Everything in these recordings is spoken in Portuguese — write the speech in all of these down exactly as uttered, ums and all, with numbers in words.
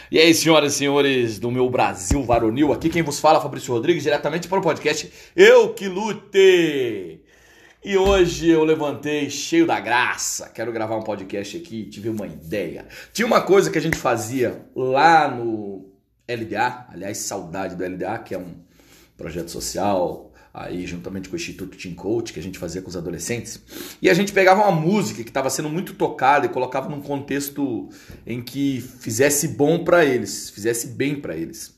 E aí, senhoras e senhores do meu Brasil varonil, aqui quem vos fala é Fabrício Rodrigues, diretamente para o podcast Eu Que Lute! E hoje eu levantei cheio da graça, quero gravar um podcast aqui, tive uma ideia. Tinha uma coisa que a gente fazia lá no L D A, aliás, saudade do L D A, que é um projeto social aí juntamente com o Instituto Teen Coach, que a gente fazia com os adolescentes, e a gente pegava uma música que estava sendo muito tocada e colocava num contexto em que fizesse bom para eles, fizesse bem para eles.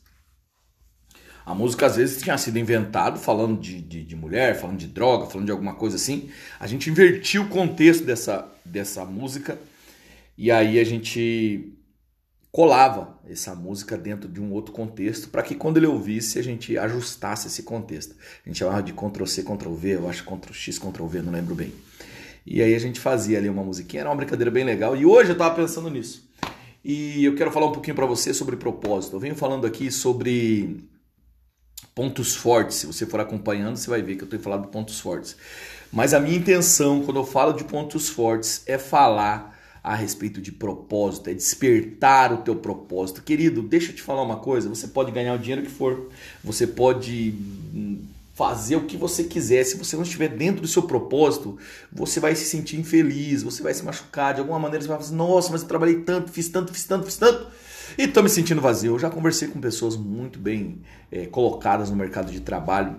A música às vezes tinha sido inventada falando de, de, de mulher, falando de droga, falando de alguma coisa assim. A gente invertia o contexto dessa, dessa música e aí a gente colava essa música dentro de um outro contexto para que quando ele ouvisse a gente ajustasse esse contexto. A gente chamava de control C, control V, eu acho control X, control V, não lembro bem. E aí a gente fazia ali uma musiquinha, era uma brincadeira bem legal. E hoje eu estava pensando nisso. E eu quero falar um pouquinho para você sobre propósito. Eu venho falando aqui sobre pontos fortes. Se você for acompanhando, você vai ver que eu tenho falado de pontos fortes. Mas a minha intenção, quando eu falo de pontos fortes, é falar a respeito de propósito, é despertar o teu propósito. Querido, deixa eu te falar uma coisa, você pode ganhar o dinheiro que for, você pode fazer o que você quiser, se você não estiver dentro do seu propósito, você vai se sentir infeliz, você vai se machucar, de alguma maneira você vai falar assim, nossa, mas eu trabalhei tanto, fiz tanto, fiz tanto, fiz tanto, e estou me sentindo vazio. Eu já conversei com pessoas muito bem é, colocadas no mercado de trabalho,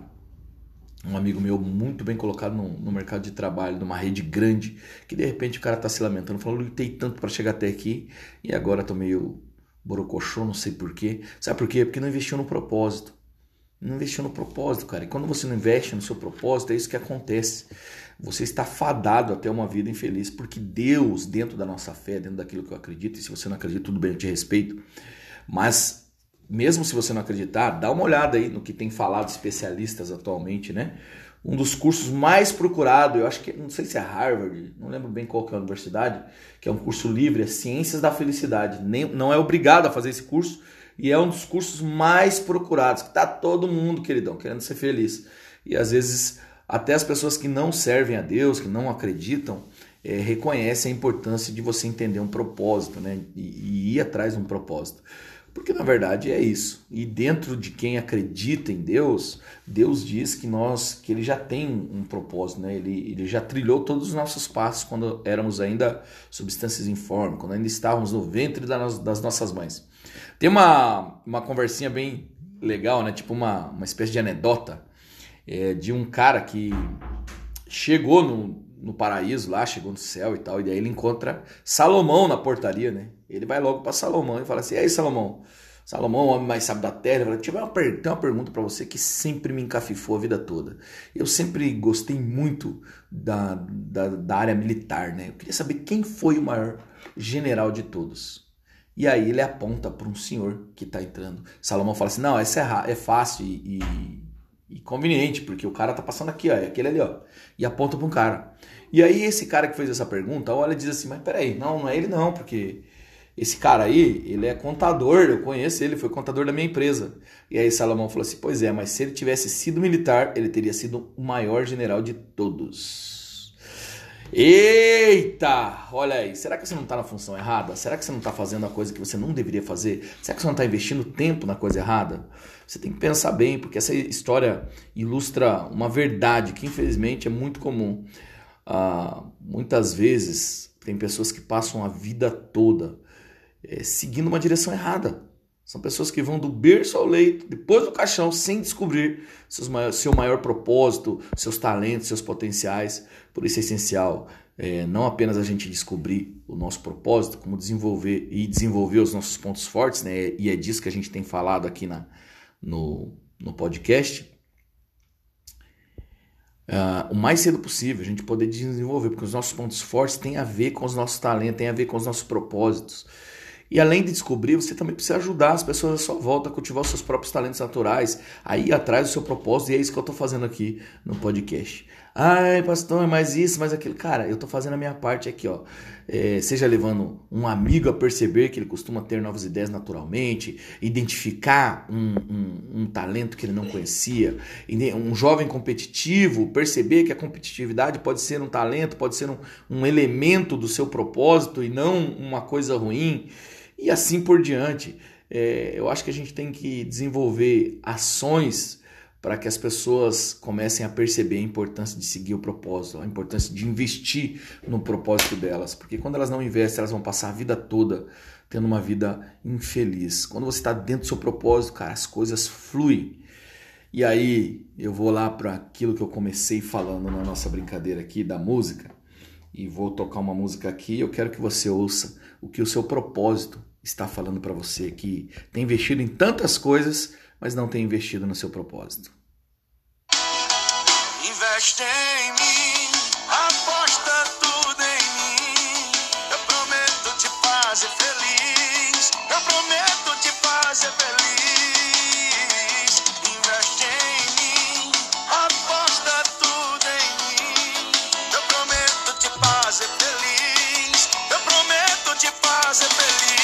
um amigo meu muito bem colocado no, no mercado de trabalho, numa rede grande, que de repente o cara tá se lamentando, falando, eu lutei tanto para chegar até aqui e agora tô meio borocochô, não sei porquê. Sabe por quê? Porque não investiu no propósito. Não investiu no propósito, cara. E quando você não investe no seu propósito, é isso que acontece. Você está fadado até uma vida infeliz, porque Deus, dentro da nossa fé, dentro daquilo que eu acredito, e se você não acredita, tudo bem, eu te respeito, mas mesmo se você não acreditar, dá uma olhada aí no que tem falado especialistas atualmente, né? Um dos cursos mais procurados, eu acho que, não sei se é Harvard, não lembro bem qual que é a universidade, que é um curso livre, é Ciências da Felicidade. Nem, não é obrigado a fazer esse curso e é um dos cursos mais procurados, que tá todo mundo, queridão, querendo ser feliz. E às vezes até as pessoas que não servem a Deus, que não acreditam, é, reconhecem a importância de você entender um propósito, né? E, e ir atrás de um propósito. Porque na verdade é isso. E dentro de quem acredita em Deus, Deus diz que nós, que Ele já tem um propósito, né? Ele, ele já trilhou todos os nossos passos quando éramos ainda substâncias informes, quando ainda estávamos no ventre das nossas mães. Tem uma, uma conversinha bem legal, né? Tipo uma, uma espécie de anedota é, de um cara que chegou no, no paraíso lá, chegou no céu e tal, e daí ele encontra Salomão na portaria, né? Ele vai logo para Salomão e fala assim, e aí Salomão, Salomão, o homem mais sábio da terra, ele fala, Tive uma, tem uma pergunta para você que sempre me encafifou a vida toda. Eu sempre gostei muito da, da, da área militar, né? Eu queria saber quem foi o maior general de todos. E aí ele aponta para um senhor que está entrando. Salomão fala assim, não, essa é, é fácil e, e, e conveniente, porque o cara tá passando aqui, ó, é aquele ali, ó. E aponta para um cara. E aí esse cara que fez essa pergunta, olha e diz assim, mas peraí, não, não é ele não, porque esse cara aí, ele é contador, eu conheço ele, foi contador da minha empresa. E aí Salomão falou assim, pois é, mas se ele tivesse sido militar, ele teria sido o maior general de todos. Eita, olha aí, será que você não está na função errada? Será que você não está fazendo a coisa que você não deveria fazer? Será que você não está investindo tempo na coisa errada? Você tem que pensar bem, porque essa história ilustra uma verdade que infelizmente é muito comum. Ah, muitas vezes tem pessoas que passam a vida toda é, seguindo uma direção errada. São pessoas que vão do berço ao leito, depois do caixão, sem descobrir seus maior, seu maior propósito, seus talentos, seus potenciais. Por isso é essencial é, não apenas a gente descobrir o nosso propósito, como desenvolver e desenvolver os nossos pontos fortes, né? E é disso que a gente tem falado aqui na, no, no podcast. Uh, o mais cedo possível, a gente poder desenvolver, porque os nossos pontos fortes têm a ver com os nossos talentos, têm a ver com os nossos propósitos. E além de descobrir, você também precisa ajudar as pessoas à sua volta a cultivar os seus próprios talentos naturais, a ir atrás do seu propósito, e é isso que eu estou fazendo aqui no podcast. Ai, pastor, é mais isso, mais aquilo. Cara, eu estou fazendo a minha parte aqui, ó. É, seja levando um amigo a perceber que ele costuma ter novas ideias naturalmente, identificar um, um, um talento que ele não conhecia, um jovem competitivo, perceber que a competitividade pode ser um talento, pode ser um, um elemento do seu propósito e não uma coisa ruim, e assim por diante. é, eu acho que a gente tem que desenvolver ações para que as pessoas comecem a perceber a importância de seguir o propósito, a importância de investir no propósito delas. Porque quando elas não investem, elas vão passar a vida toda tendo uma vida infeliz. Quando você está dentro do seu propósito, cara, as coisas fluem. E aí eu vou lá para aquilo que eu comecei falando na nossa brincadeira aqui da música. E vou tocar uma música aqui. Eu quero que você ouça o que o seu propósito está falando para você, que tem investido em tantas coisas, mas não tem investido no seu propósito. Investe em mim, aposta tudo em mim. Eu prometo te fazer feliz. Eu prometo te fazer feliz. Investe em mim, aposta tudo em mim. Eu prometo te fazer feliz. Eu prometo te fazer feliz.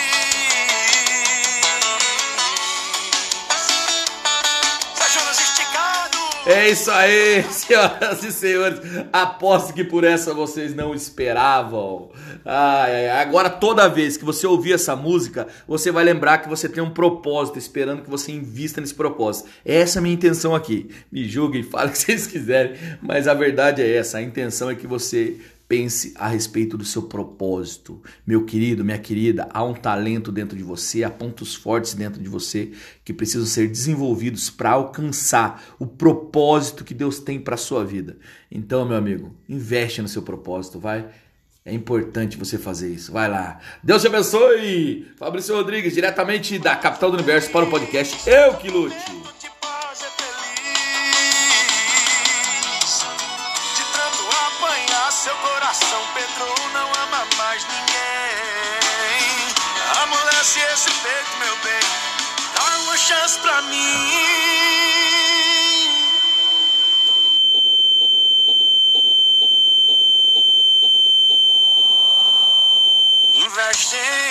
É isso aí, senhoras e senhores. Aposto que por essa vocês não esperavam. Ai, ai, agora toda vez que você ouvir essa música, você vai lembrar que você tem um propósito, esperando que você invista nesse propósito. Essa é a minha intenção aqui. Me julguem, falem o que vocês quiserem, mas a verdade é essa. A intenção é que você pense a respeito do seu propósito. Meu querido, minha querida, há um talento dentro de você, há pontos fortes dentro de você que precisam ser desenvolvidos para alcançar o propósito que Deus tem para a sua vida. Então, meu amigo, investe no seu propósito, vai. É importante você fazer isso. Vai lá. Deus te abençoe. Fabrício Rodrigues, diretamente da capital do universo para o podcast Eu Que Lute. Seu coração, Pedro, não ama mais ninguém. Amolece esse peito, meu bem, dá uma chance pra mim. Investe em